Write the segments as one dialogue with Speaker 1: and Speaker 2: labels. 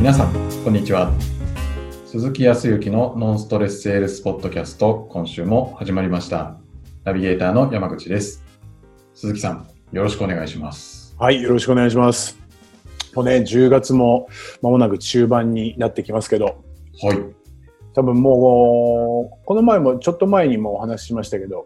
Speaker 1: 皆さんこんにちは。鈴木康之のノンストレスセールスポッドキャスト、今週も始まりました。ナビゲーターの山口です。鈴木さん、よろしくお願いします。
Speaker 2: はい、よろしくお願いします。もうね、10月も間もなく中盤になってきますけど、
Speaker 1: はい。
Speaker 2: 多分もうこの前もちょっと前にもお話ししましたけど、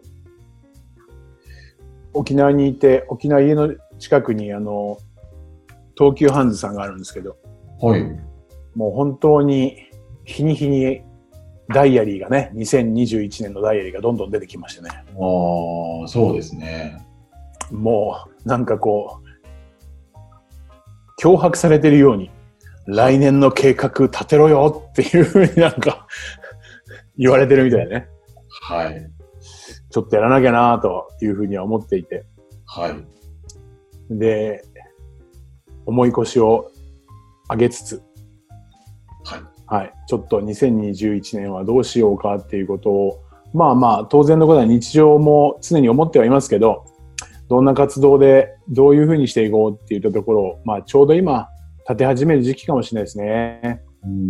Speaker 2: 沖縄にいて、沖縄家の近くに東急ハンズさんがあるんですけど、
Speaker 1: はい。
Speaker 2: もう本当に日に日にダイアリーがね、2021年のダイアリーがどんどん出てきましてね。
Speaker 1: そうですね。
Speaker 2: もうなんかこう脅迫されてるように、来年の計画立てろよっていうふうになんか言われてるみたいね。
Speaker 1: はい。
Speaker 2: ちょっとやらなきゃなというふうには思っていて。
Speaker 1: はい。
Speaker 2: で、重い腰を上げつつ、
Speaker 1: はい。
Speaker 2: はい。ちょっと2021年はどうしようかっていうことを、まあまあ当然のことは日常も常に思ってはいますけど、どんな活動でどういうふうにしていこうっていったところを、まあちょうど今立て始める時期かもしれないですね。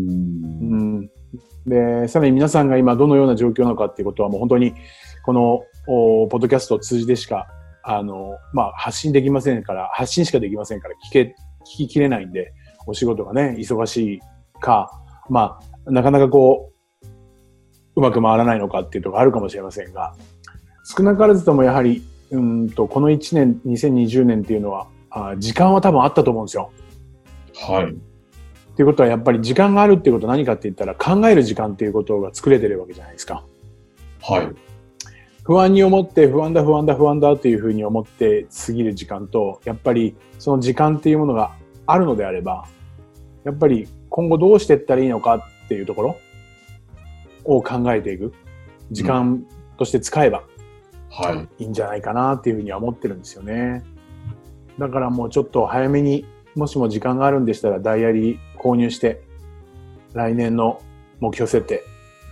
Speaker 2: で、さらに皆さんが今どのような状況なのかっていうことはもう本当にこのポッドキャストを通じてしかまあ発信できませんから、発信しかできませんから聞ききれないんで、お仕事がね、忙しいか、まあなかなかこううまく回らないのかっていうところがあるかもしれませんが、少なからずともやはりこの1年、2020年っていうのは、時間は多分あったと思うんですよ。
Speaker 1: はい。
Speaker 2: っていうことはやっぱり時間があるっていうことは何かって言ったら考える時間っていうことが作れてるわけじゃないですか。
Speaker 1: はい。
Speaker 2: 不安に思って不安だっていうふうに思って過ぎる時間と、やっぱりその時間っていうものがあるのであれば、やっぱり今後どうしていったらいいのかっていうところを考えていく時間として使えばいいんじゃないかなっていうふうには思ってるんですよね。だからもうちょっと早めに、もしも時間があるんでしたらダイアリー購入して来年の目標設定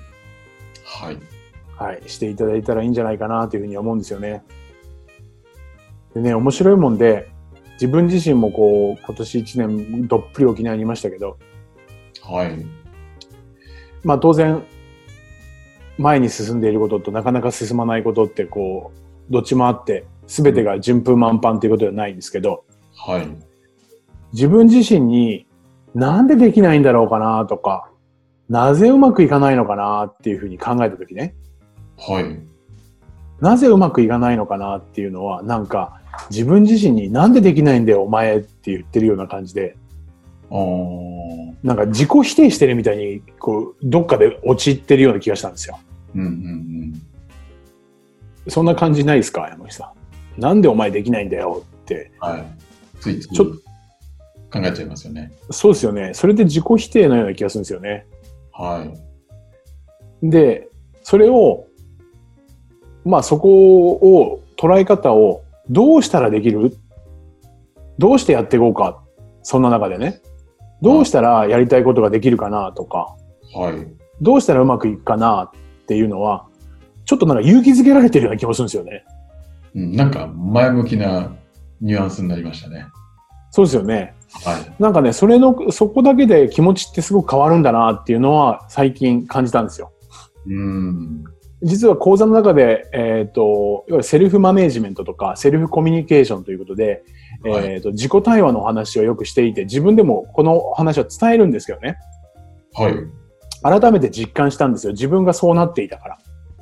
Speaker 2: していただいたらいいんじゃないかなというふうに思うんですよね。でね、面白いもんで、自分自身もこう今年1年どっぷり沖縄にいましたけど、
Speaker 1: はい。
Speaker 2: まあ当然前に進んでいることとなかなか進まないことってこうどっちもあって、全てが順風満帆ということではないんですけど、
Speaker 1: はい。
Speaker 2: 自分自身になんでできないんだろうかなとか、なぜうまくいかないのかなっていうふうに考えたときね。
Speaker 1: はい。
Speaker 2: なぜうまくいかないのかなっていうのは、なんか自分自身になんでできないんだよお前って言ってるような感じで、なんか自己否定してるみたいにこうどっかで陥ってるような気がしたんですよ。そんな感じないですか、山口さん。なんでお前できないんだよって。
Speaker 1: はい。ついつい考えちゃいますよね。
Speaker 2: そうですよね。それで自己否定のような気がするんですよね。
Speaker 1: はい。
Speaker 2: で、それをまあそこを捉え方をどうしたらできる？どうしてやっていこうか？そんな中でね。どうしたらやりたいことができるかなとか、
Speaker 1: はい。
Speaker 2: どうしたらうまくいくかなっていうのは、ちょっとなんか勇気づけられてるような気もするんですよね。
Speaker 1: なんか前向きなニュアンスになりましたね。
Speaker 2: そうですよね。
Speaker 1: はい。
Speaker 2: なんかね、そこだけで気持ちってすごく変わるんだなっていうのは最近感じたんですよ。実は講座の中で、いわゆるセルフマネージメントとかセルフコミュニケーションということで、自己対話のお話をよくしていて、自分でもこの話は伝えるんですけどね。
Speaker 1: はい。
Speaker 2: 改めて実感したんですよ。自分がそうなっていたから。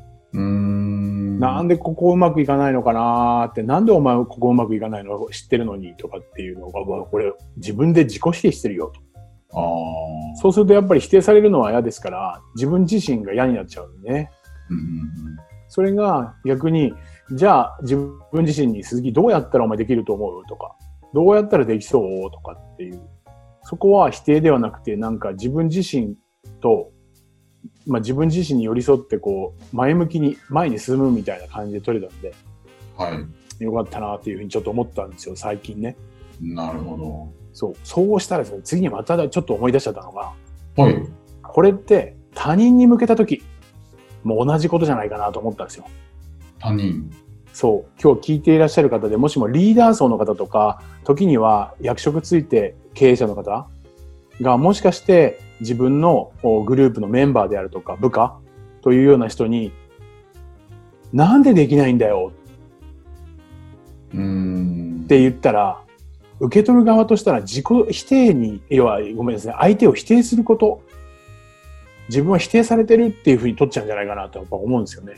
Speaker 2: なんでここうまくいかないのかなーって、なんでお前ここうまくいかないの知ってるのにとかっていうのが、これ自分で自己否定してるよと。そうするとやっぱり否定されるのは嫌ですから、自分自身が嫌になっちゃうんでね。それが逆に、じゃあ自分自身に鈴木どうやったらお前できると思うとか、どうやったらできそうとかっていう、そこは否定ではなくて、なんか自分自身と、まあ自分自身に寄り添ってこう前向きに前に進むみたいな感じで取れたんで、
Speaker 1: はい。
Speaker 2: よかったなっていうふうにちょっと思ったんですよ、最近ね。
Speaker 1: なるほど。
Speaker 2: そうしたらですね、次にまたちょっと思い出しちゃったのが、
Speaker 1: はい。
Speaker 2: これって他人に向けた時も同じことじゃないかなと思ったんですよ。
Speaker 1: 他人。
Speaker 2: そう。今日聞いていらっしゃる方で、もしもリーダー層の方とか、時には役職ついて経営者の方、 がもしかして自分のグループのメンバーであるとか部下というような人になんでできないんだよって言ったら、受け取る側としたら自己否定に、要はごめんなさい、相手を否定すること、自分は否定されてるっていうふうに取っちゃうんじゃないかなとやっぱ思うんですよね。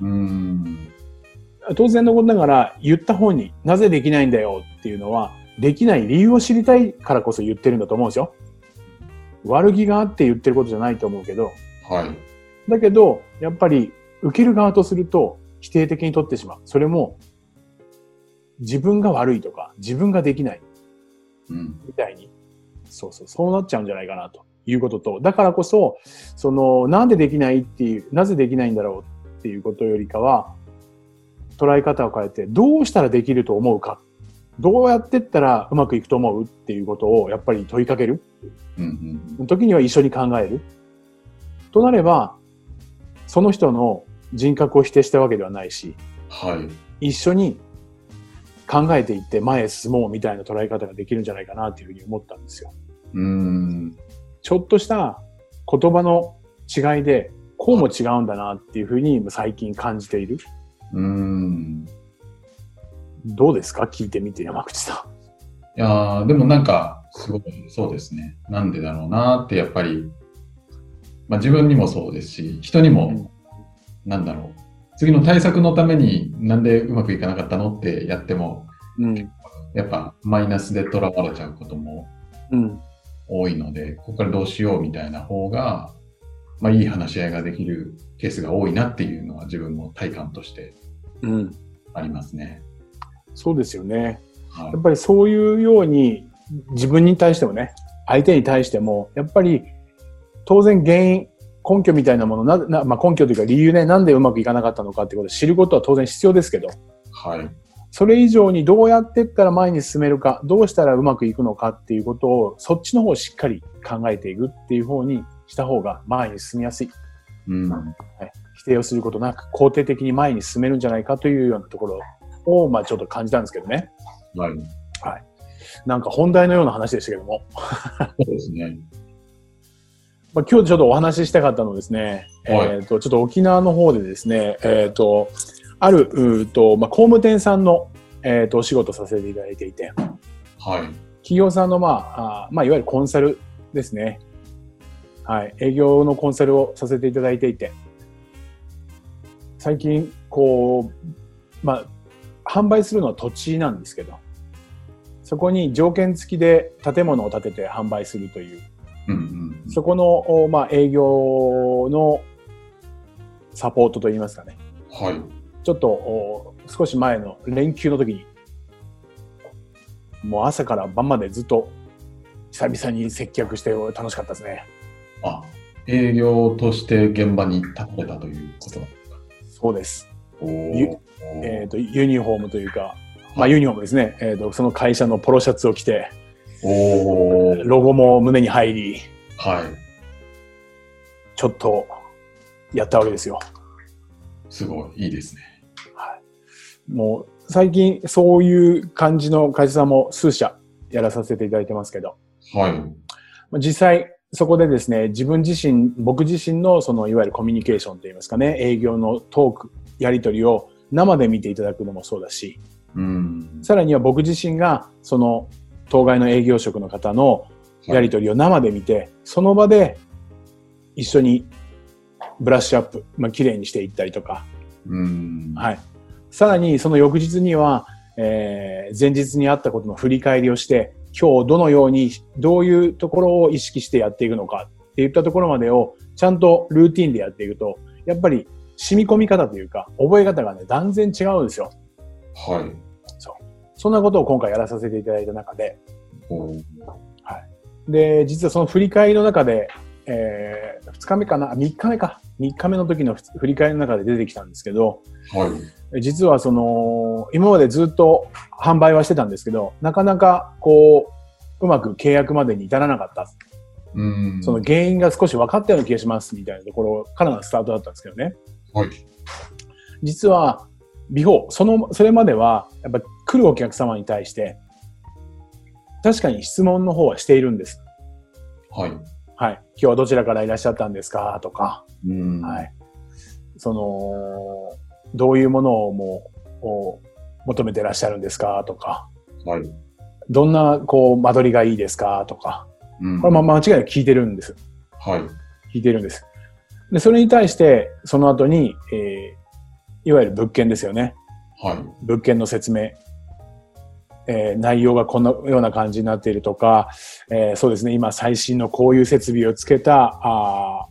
Speaker 2: 当然のことながら言った方になぜできないんだよっていうのはできない理由を知りたいからこそ言ってるんだと思うんですよ。悪気があって言ってることじゃないと思うけど、
Speaker 1: はい。
Speaker 2: だけどやっぱり受ける側とすると否定的に取ってしまう。それも自分が悪いとか自分ができないみたいに、そうなっちゃうんじゃないかなということと、だからこそなんでできないっていう、なぜできないんだろうっていうことよりかは、捉え方を変えてどうしたらできると思うか、どうやってったらうまくいくと思うっていうことをやっぱり問いかける、時には一緒に考えるとなれば、その人の人格を否定したわけではないし、
Speaker 1: はい、
Speaker 2: 一緒に考えていって前へ進もうみたいな捉え方ができるんじゃないかなというふうに思ったんですよ。ちょっとした言葉の違いでこうも違うんだなっていうふうに最近感じている。どうですか、聞いてみて、山口さ
Speaker 1: ん。いやー、でもなんかすごいそうですね。なんでだろうなってやっぱり、自分にもそうですし、人にも、なんだろう、次の対策のためになんでうまくいかなかったのってやっても、やっぱマイナスでとらわれちゃうことも多いので、ここからどうしようみたいな方が、いい話し合いができるケースが多いなっていうのは自分も体感としてありますね。
Speaker 2: そうですよね。やっぱりそういうように自分に対してもね、相手に対しても、やっぱり当然原因、根拠みたいなもの、根拠というか理由ね、なんでうまくいかなかったのかってことを知ることは当然必要ですけど、
Speaker 1: はい。
Speaker 2: それ以上にどうやっていったら前に進めるか、どうしたらうまくいくのかっていうことを、そっちの方をしっかり考えていくっていう方にした方が前に進みやすい。否定をすることなく肯定的に前に進めるんじゃないかというようなところを、ちょっと感じたんですけどね。
Speaker 1: はい。
Speaker 2: なんか本題のような話でしたけども。
Speaker 1: そうですね。
Speaker 2: 今日ちょっとお話ししたかったのはですね、ちょっと沖縄の方でですね、ある、工務店さんの、お仕事させていただいていて、企業さんの、いわゆるコンサルですね。営業のコンサルをさせていただいていて、最近、販売するのは土地なんですけど、そこに条件付きで建物を建てて販売するという、そこの、営業のサポートといいますかね。ちょっと少し前の連休の時に、もう朝から晩までずっと久々に接客して楽しかったですね。
Speaker 1: 営業として現場に立たれたということなんですか？
Speaker 2: そうです。ユニフォームというか、ユニフォームですね。その会社のポロシャツを着て、ロゴも胸に入り、ちょっとやったわけですよ。
Speaker 1: すごい、いいですね。
Speaker 2: もう最近そういう感じの会社さんも数社やらさせていただいてますけど、実際そこでですね、僕自身のいわゆるコミュニケーションといいますかね、営業のトーク、やり取りを生で見ていただくのもそうだし、さらには僕自身がその当該の営業職の方のやり取りを生で見て、その場で一緒にブラッシュアップ、綺麗にしていったりとか、さらにその翌日には、前日にあったことの振り返りをして、今日どういうところを意識してやっていくのかっていったところまでをちゃんとルーティンでやっていくと、やっぱり染み込み方というか覚え方がね、断然違うんですよ。そんなことを今回やらさせていただいた中で、で、実はその振り返りの中で、2日目かな ?3 日目か。3日目の時の振り返りの中で出てきたんですけど、実は今までずっと販売はしてたんですけど、なかなかうまく契約までに至らなかった。その原因が少し分かったような気がしますみたいなところからのスタートだったんですけどね。実は、それまでは、やっぱ来るお客様に対して、確かに質問の方はしているんです。
Speaker 1: はい。
Speaker 2: はい。今日はどちらからいらっしゃったんですかとか、
Speaker 1: は
Speaker 2: い。どういうものを求めてらっしゃるんですかとか、
Speaker 1: はい。
Speaker 2: どんな、間取りがいいですかとか、これ間違いなく聞いてるんです。
Speaker 1: はい。
Speaker 2: 聞いてるんです。で、それに対して、その後に、いわゆる物件ですよね。
Speaker 1: はい。
Speaker 2: 物件の説明。内容がこのような感じになっているとか、そうですね、今最新のこういう設備をつけた、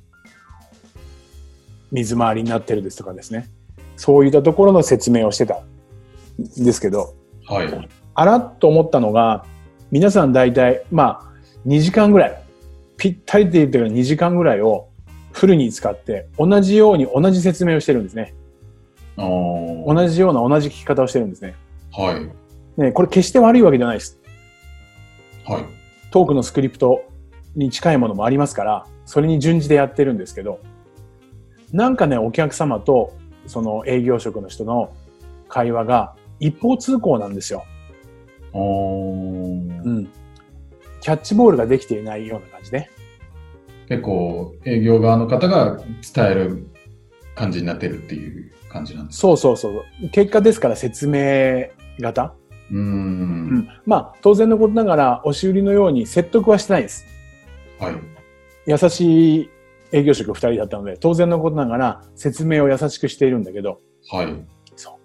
Speaker 2: 水回りになってるですとかですね。そういったところの説明をしてたんですけど、
Speaker 1: はい。
Speaker 2: あらっと思ったのが、皆さん大体、2時間ぐらい、ぴったりって言ってから2時間ぐらいをフルに使って、同じように同じ説明をしてるんですね。同じような同じ聞き方をしてるんですね。
Speaker 1: はい。
Speaker 2: ね、これ決して悪いわけじゃないです。
Speaker 1: はい。
Speaker 2: トークのスクリプトに近いものもありますから、それに準じてやってるんですけど、なんかね、お客様とその営業職の人の会話が一方通行なんですよ。キャッチボールができていないような感じで。
Speaker 1: 結構営業側の方が伝える感じになってるっていう感じなんですか？
Speaker 2: そう。結果ですから説明型。当然のことながら押し売りのように説得はしてないです。
Speaker 1: はい。
Speaker 2: 優しい営業職2人だったので、当然のことながら説明を優しくしているんだけど、
Speaker 1: はい。
Speaker 2: そう。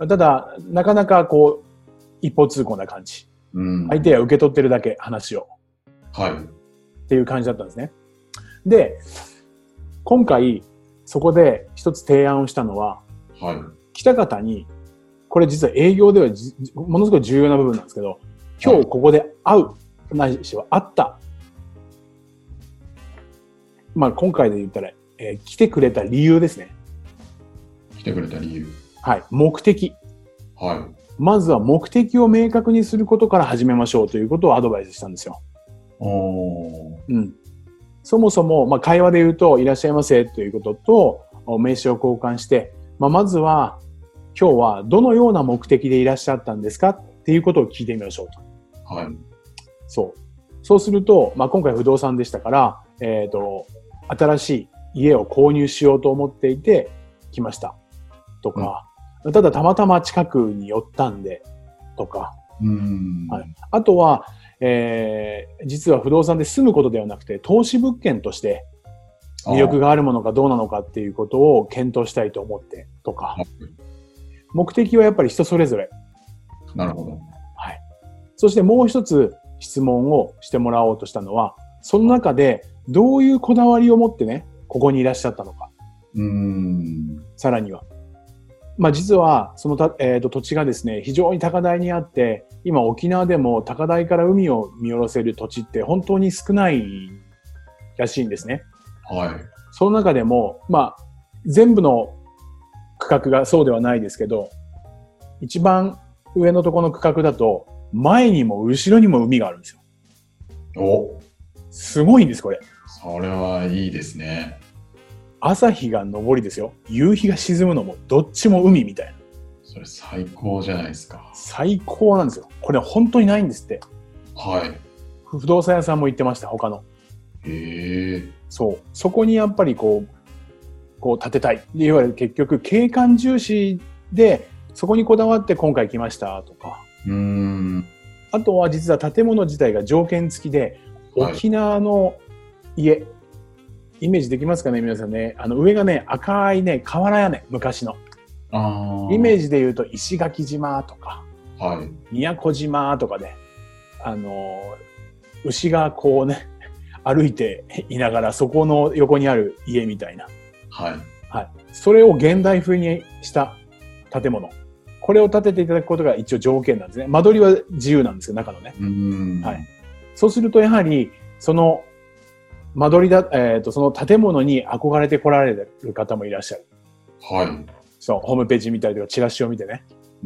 Speaker 2: ただ、なかなか一方通行な感じ。相手は受け取ってるだけ話を。
Speaker 1: はい。
Speaker 2: っていう感じだったんですね。で、今回、そこで一つ提案をしたのは、
Speaker 1: はい。
Speaker 2: 来た方に、これ実は営業ではものすごい重要な部分なんですけど、今日ここで会う、ないしは会った。今回で言ったら、来てくれた理由ですね。
Speaker 1: 来てくれた理由。
Speaker 2: はい。目的。
Speaker 1: はい。
Speaker 2: まずは目的を明確にすることから始めましょうということをアドバイスしたんですよ。そもそも、会話で言うと、いらっしゃいませということと、名刺を交換して、まずは、今日はどのような目的でいらっしゃったんですかっていうことを聞いてみましょうと。
Speaker 1: はい。
Speaker 2: そうすると、今回不動産でしたから、新しい家を購入しようと思っていて来ましたとか、ただたまたま近くに寄ったんでとか、はい、あとは、実は不動産で住むことではなくて投資物件として魅力があるものかどうなのかっていうことを検討したいと思ってとか、目的はやっぱり人それぞれ。
Speaker 1: なるほど。
Speaker 2: はい。そしてもう一つ質問をしてもらおうとしたのは、その中でどういうこだわりを持ってね、ここにいらっしゃったのか。さらには。実は、その土地がですね、非常に高台にあって、今沖縄でも高台から海を見下ろせる土地って本当に少ないらしいんですね。
Speaker 1: はい。
Speaker 2: その中でも、全部の区画がそうではないですけど、一番上のところの区画だと、前にも後ろにも海があるんですよ。すごいんです、これ。
Speaker 1: それはいいですね。
Speaker 2: 朝日が昇りですよ。夕日が沈むのも、どっちも海みたいな。
Speaker 1: それ最高じゃないですか。
Speaker 2: 最高なんですよ。これ本当にないんですって。
Speaker 1: はい。
Speaker 2: 不動産屋さんも言ってました、他の。そう。そこにやっぱり建てたい。いわゆる結局、景観重視で、そこにこだわって今回来ましたとか。あとは実は建物自体が条件付きで、沖縄の家、イメージできますかね、皆さんね。上がね、赤いね、瓦屋根、昔の。イメージで言うと、石垣島とか、宮古島とかで、牛が歩いていながら、そこの横にある家みたいな。それを現代風にした建物。これを建てていただくことが一応条件なんですね。間取りは自由なんですよ、中のね。そうすると、やはり、その、間取りその建物に憧れて来られる方もいらっしゃる。そう、ホームページ見たりとか、チラシを見てね。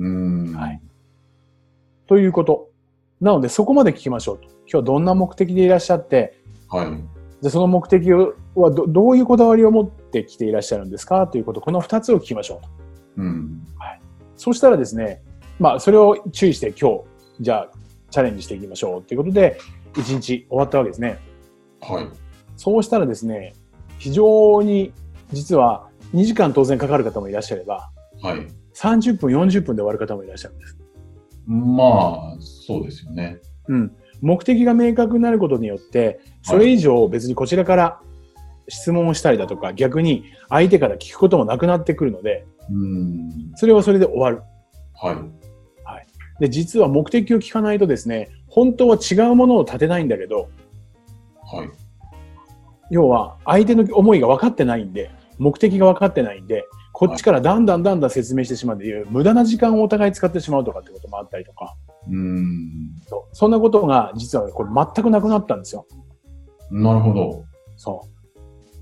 Speaker 2: ということ。なので、そこまで聞きましょうと。今日はどんな目的でいらっしゃって、でその目的はどういうこだわりを持ってきていらっしゃるんですかということ、この2つを聞きましょうと。そうしたらですね、それを注意して今日、じゃあ、チャレンジしていきましょうということで、1日終わったわけですね。
Speaker 1: はい。
Speaker 2: そうしたらですね、非常に実は2時間当然かかる方もいらっしゃれば、
Speaker 1: はい。
Speaker 2: 30分、40分で終わる方もいらっしゃるんです。
Speaker 1: まあ、そうですよね。
Speaker 2: うん。目的が明確になることによって、それ以上別にこちらから質問をしたりだとか、逆に相手から聞くこともなくなってくるので、それはそれで終わる。
Speaker 1: はい。
Speaker 2: はい。で、実は目的を聞かないとですね、本当は違うものを立てないんだけど、
Speaker 1: はい。
Speaker 2: 要は相手の思いが分かってないんで、目的が分かってないんで、こっちからだんだん説明してしまうという、無駄な時間をお互い使ってしまうとかってこともあったりとか。そんなことが実はこれ全くなくなったんですよ。
Speaker 1: なるほど。
Speaker 2: そう。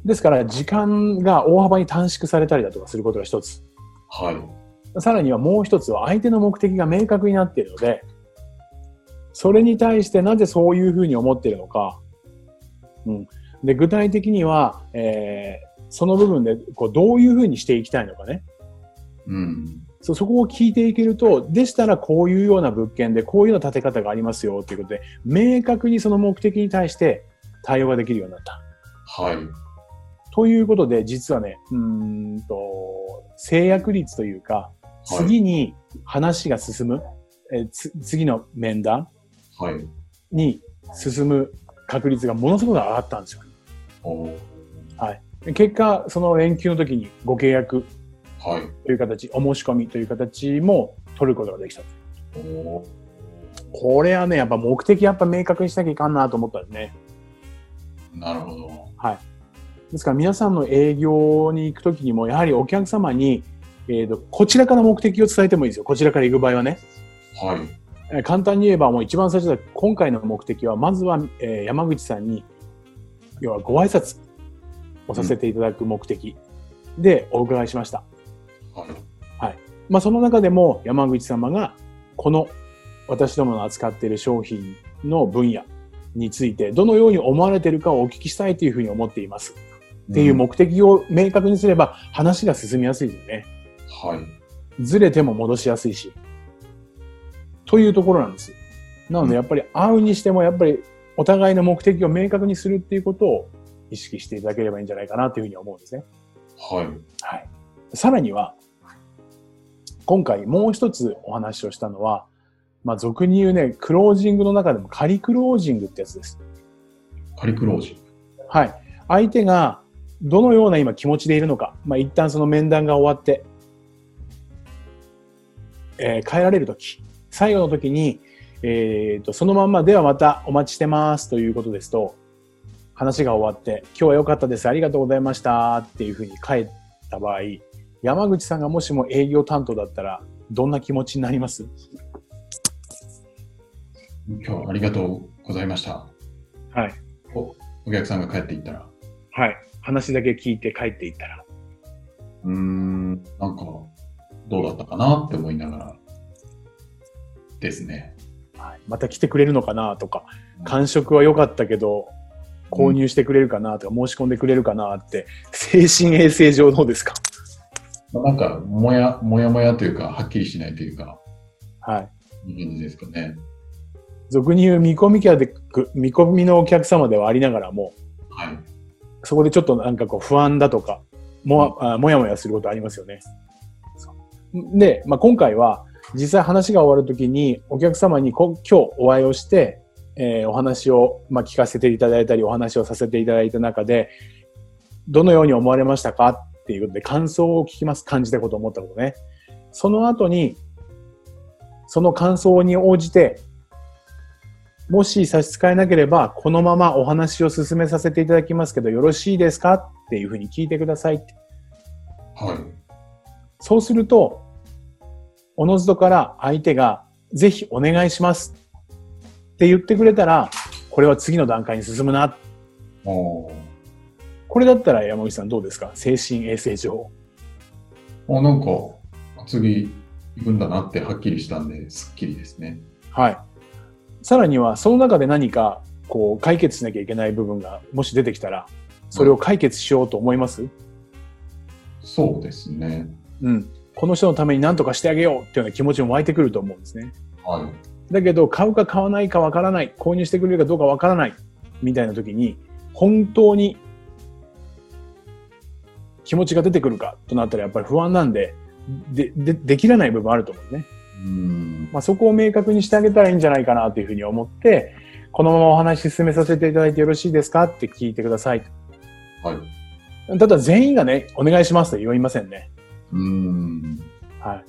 Speaker 2: ですから時間が大幅に短縮されたりだとかすることが一つ。
Speaker 1: はい。
Speaker 2: さらにはもう一つは相手の目的が明確になっているので、それに対してなぜそういうふうに思っているのか。で、具体的には、その部分でどういうふうにしていきたいのかね。そこを聞いていけると、でしたらこういうような物件でこういうような建て方がありますよということで、明確にその目的に対して対応ができるようになった。
Speaker 1: はい。
Speaker 2: ということで、実はね、制約率というか、次に話が進む、次の面談に進む確率がものすごく上がったんですよ。はい。結果、その連休の時にご契約という形、お申し込みという形も取ることができた。これはね、やっぱ目的明確にしなきゃいかんなと思ったんですね。
Speaker 1: なるほど。
Speaker 2: はい。ですから皆さんの営業に行くときにも、やはりお客様に、こちらから目的を伝えてもいいですよ。こちらから行く場合はね。
Speaker 1: はい。
Speaker 2: 簡単に言えば、もう一番最初だ、今回の目的は、まずは、山口さんに、要はご挨拶をさせていただく目的でお伺いしました。はい。その中でも山口様が、この私どもの扱っている商品の分野について、どのように思われているかをお聞きしたいというふうに思っています。っていう目的を明確にすれば、話が進みやすいですよね。
Speaker 1: はい。
Speaker 2: ずれても戻しやすいし。というところなんです。なので、やっぱり会うにしても、やっぱりお互いの目的を明確にするっていうことを意識していただければいいんじゃないかなというふうに思うんですね。
Speaker 1: はい。
Speaker 2: はい。さらには、今回もう一つお話をしたのは、俗に言うね、クロージングの中でも仮クロージングってやつです。
Speaker 1: 仮クロージング。
Speaker 2: はい。相手がどのような今気持ちでいるのか、一旦その面談が終わって、帰られるとき、最後の時に、そのまんまではまたお待ちしてますということですと、話が終わって、今日は良かったです、ありがとうございましたっていうふうに帰った場合、山口さんがもしも営業担当だったら、どんな気持ちになります？
Speaker 1: 今日はありがとうございました。
Speaker 2: はい。
Speaker 1: お客さんが帰っていったら。
Speaker 2: はい。話だけ聞いて帰っていったら。
Speaker 1: なんか、どうだったかなって思いながらですね。
Speaker 2: はい。また来てくれるのかなとか、感触は良かったけど、購入してくれるかなとか、申し込んでくれるかなって、精神衛生上どうですか？
Speaker 1: なんか、もやもやというか、はっきりしないというか、
Speaker 2: はい。
Speaker 1: いい感じですかね。
Speaker 2: 俗に言う見込みのお客様ではありながらも、
Speaker 1: はい。
Speaker 2: そこでちょっとなんか不安だとか、もやもやすることありますよね。で、今回は実際話が終わるときにお客様に今日お会いをして、お話を聞かせていただいたりお話をさせていただいた中で、どのように思われましたかっていうことで感想を聞きます。感じたこと、思ったことね。その後に、その感想に応じて、もし差し支えなければ、このままお話を進めさせていただきますけど、よろしいですかっていうふうに聞いてくださいって。
Speaker 1: はい。
Speaker 2: そうすると、おのずとから相手が、ぜひお願いしますって言ってくれたら、これは次の段階に進むな。これだったら山口さんどうですか？精神衛生上。
Speaker 1: なんか、次行くんだなってはっきりしたんで、すっきりですね。
Speaker 2: はい。さらには、その中で何か、解決しなきゃいけない部分が、もし出てきたら、それを解決しようと思います？
Speaker 1: そうですね。
Speaker 2: うん。この人のために何とかしてあげようっていうような気持ちも湧いてくると思うんですね。
Speaker 1: はい。
Speaker 2: だけど、買うか買わないかわからない、購入してくれるかどうかわからない、みたいな時に、 本当に気持ちが出てくるかとなったらやっぱり不安なんで、できらない部分あると思うね。そこを明確にしてあげたらいいんじゃないかなというふうに思って、このままお話進めさせていただいてよろしいですかって聞いてください。はい。ただ全員がね、お願いしますと言いませんね。はい。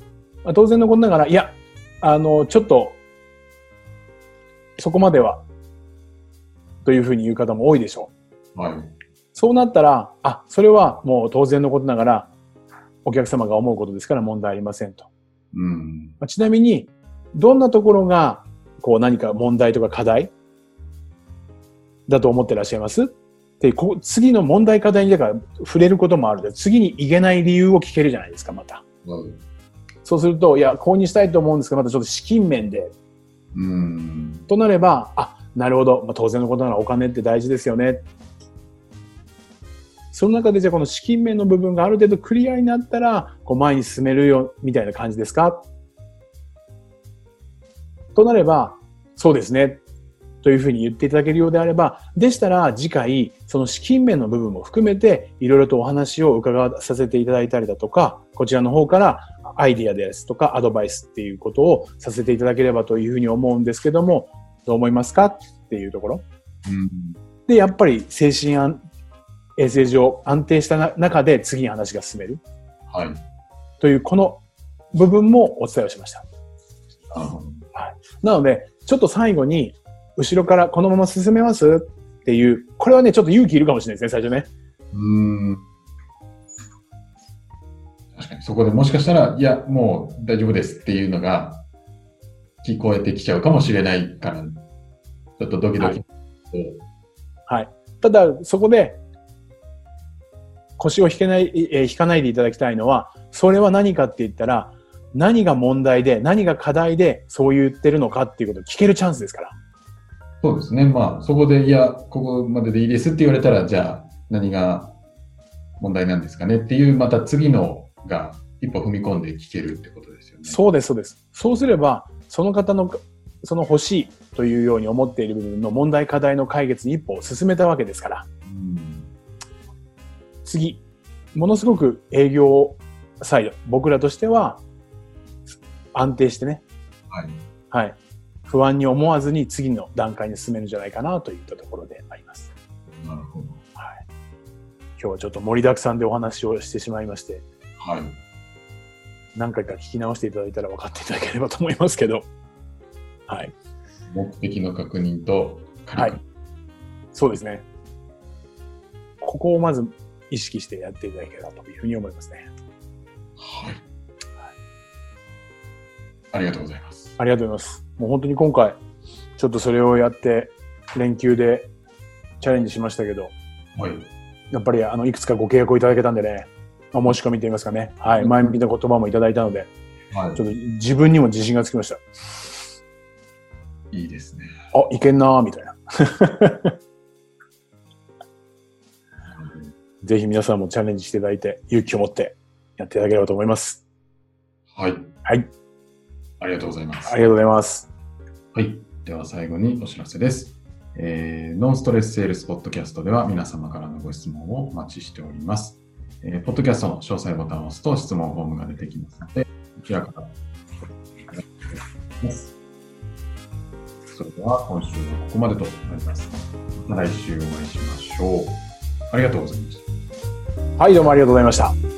Speaker 2: 当然のことながら、いや、ちょっと、そこまでは、というふうに言う方も多いでしょう。はい。そうなったら、それはもう当然のことながら、お客様が思うことですから問題ありませんと。ちなみに、どんなところが、何か問題とか課題だと思ってらっしゃいますで、次の問題課題にだから触れることもあるので、次に行けない理由を聞けるじゃないですか、また。そうすると、いや、購入したいと思うんですけど、またちょっと資金面で。となれば、なるほど、当然のことならお金って大事ですよね。その中でじゃあこの資金面の部分がある程度クリアになったら、前に進めるよ、みたいな感じですかとなれば、そうですね。というふうに言っていただけるようであれば、でしたら次回、その資金面の部分も含めて、いろいろとお話を伺わさせていただいたりだとか、こちらの方からアイディアですとかアドバイスっていうことをさせていただければというふうに思うんですけども、どう思いますかっていうところ。で、やっぱり精神衛生上安定した中で次に話が進める。はい。という、この部分もお伝えをしました。なので、ちょっと最後に、後ろからこのまま進めますっていう、これはね、ちょっと勇気いるかもしれないですね、最初ね。
Speaker 1: 確かに、そこでもしかしたら、いや、もう大丈夫ですっていうのが聞こえてきちゃうかもしれないから、ちょっとドキドキ。
Speaker 2: はい。ただ、そこで、腰を引かないでいただきたいのは、それは何かって言ったら、何が問題で、何が課題でそう言ってるのかっていうことを聞けるチャンスですから。
Speaker 1: そうですね。そこで、いや、ここまででいいですって言われたら、じゃあ、何が問題なんですかねっていう、また次のが一歩踏み込んで聞けるってことですよね。
Speaker 2: そうです、そうです。そうすれば、その方の、その欲しいというように思っている部分の問題課題の解決に一歩を進めたわけですから。次、ものすごく営業サイド、僕らとしては安定してね、はい、不安に思わずに次の段階に進めるんじゃないかなといったところであります。
Speaker 1: なるほど。
Speaker 2: はい、今日はちょっと盛りだくさんでお話をしてしまいまして、はい、何回か聞き直していただいたら分かっていただければと思いますけど、はい、
Speaker 1: 目的の確認と、
Speaker 2: はい、そうですね。ここをまず意識してやっていただければというふうに思いますね。
Speaker 1: はい。ありがとうございます。
Speaker 2: ありがとうございます。もう本当に今回、ちょっとそれをやって、連休でチャレンジしましたけど、はい。やっぱりいくつかご契約をいただけたんでね、申し込みといいますかね、はい。前向きな言葉もいただいたので、はい。ちょっと自分にも自信がつきました。
Speaker 1: いいですね。
Speaker 2: いけんなーみたいな。ぜひ皆さんもチャレンジしていただいて、勇気を持ってやっていただければと思います。
Speaker 1: はい。
Speaker 2: はい。
Speaker 1: ありがとうございます。
Speaker 2: ありがとうございます。
Speaker 1: はい。では最後にお知らせです。ノンストレスセールスポッドキャストでは皆様からのご質問をお待ちしております。ポッドキャストの詳細ボタンを押すと質問フォームが出てきますので、こちらからお願いします。それでは今週はここまでとなります。また来週お会いしましょう。ありがとうございました。
Speaker 2: はい、どうもありがとうございました。